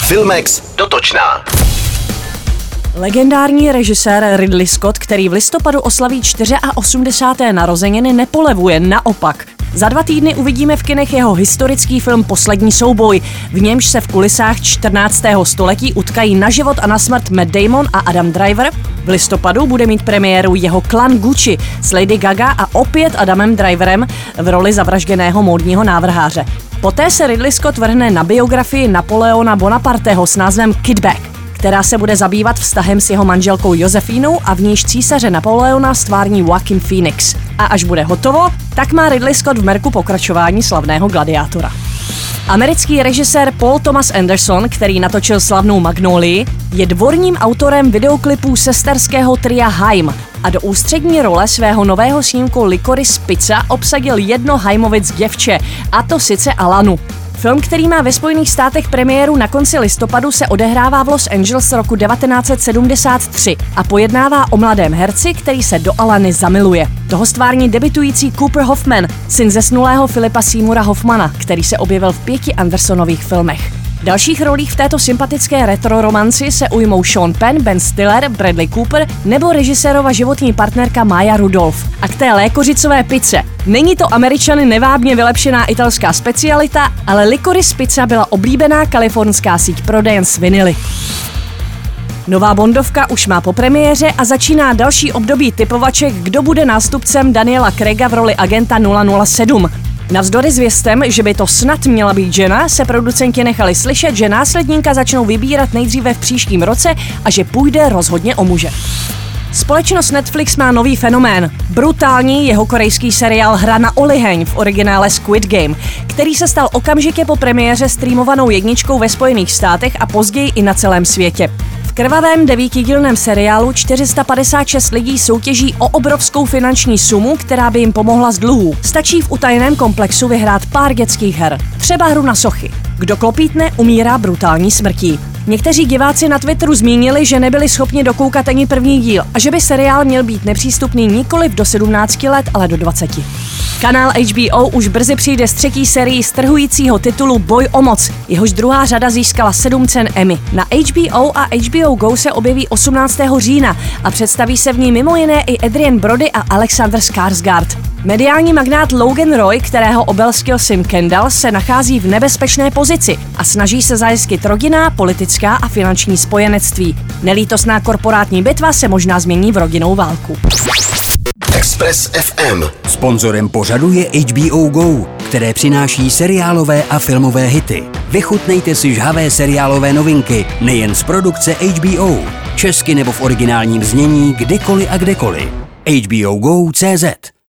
Filmex dotočná. Legendární režisér Ridley Scott, který v listopadu oslaví 84. narozeniny, nepolevuje, naopak. Za 2 týdny uvidíme v kinech jeho historický film Poslední souboj, v němž se v kulisách 14. století utkají na život a na smrt Matt Damon a Adam Driver. V listopadu bude mít premiéru jeho Klan Gucci s Lady Gaga a opět Adamem Driverem v roli zavražděného módního návrháře. Poté se Ridley Scott vrhne na biografii Napoleona Bonaparteho s názvem Kid Back, která se bude zabývat vztahem s jeho manželkou Josefínou a v níž císaře Napoleona stvární Joaquin Phoenix. A až bude hotovo, tak má Ridley Scott v merku pokračování slavného Gladiátora. Americký režisér Paul Thomas Anderson, který natočil slavnou Magnolii, je dvorním autorem videoklipů sesterského tria Haim a do ústřední role svého nového snímku Licorice Pizza obsadil jedno Haimovic děvče, a to sice Alanu. Film, který má ve Spojených státech premiéru na konci listopadu, se odehrává v Los Angeles roku 1973 a pojednává o mladém herci, který se do Alany zamiluje. Toho stvární debutující Cooper Hoffman, syn zesnulého Philipa Seymoura Hoffmana, který se objevil v 5 Andersonových filmech. V dalších rolích v této sympatické retro romanci se ujmou Sean Penn, Ben Stiller, Bradley Cooper nebo režisérova životní partnerka Maya Rudolph. A k té lékořicové pice. Není to Američany nevábně vylepšená italská specialita, ale Licorice Pizza byla oblíbená kalifornská síť prodejen s vinily. Nová Bondovka už má po premiéře a začíná další období typovaček, kdo bude nástupcem Daniela Craiga v roli agenta 007. Navzdory zvěstem, že by to snad měla být žena, se producenti nechali slyšet, že následníka začnou vybírat nejdříve v příštím roce a že půjde rozhodně o muže. Společnost Netflix má nový fenomén. Brutální jeho korejský seriál Hra na oliheň v originále Squid Game, který se stal okamžitě po premiéře streamovanou jedničkou ve Spojených státech a později i na celém světě. V krvavém 9dílném seriálu 456 lidí soutěží o obrovskou finanční sumu, která by jim pomohla z dluhů. Stačí v utajeném komplexu vyhrát pár dětských her, třeba hru na sochy. Kdo klopítne, umírá brutální smrtí. Někteří diváci na Twitteru zmínili, že nebyli schopni dokoukat ani první díl a že by seriál měl být nepřístupný nikoliv do 17 let, ale do 20. Kanál HBO už brzy přijde s 3. sérií strhujícího titulu Boj o moc, jehož druhá řada získala 7 cen Emmy. Na HBO a HBO Go se objeví 18. října a představí se v ní mimo jiné i Adrien Brody a Alexander Skarsgård. Mediální magnát Logan Roy, kterého obelskil syn Kendall, se nachází v nebezpečné pozici a snaží se zajistit rodinná, politická a finanční spojenectví. Nelítosná korporátní bitva se možná změní v rodinnou válku. Express FM. Sponzorem pořadu je HBO Go, které přináší seriálové a filmové hity. Vychutnejte si žhavé seriálové novinky, nejen z produkce HBO. Česky nebo v originálním znění, kdykoliv a kdekoliv. HBO Go.cz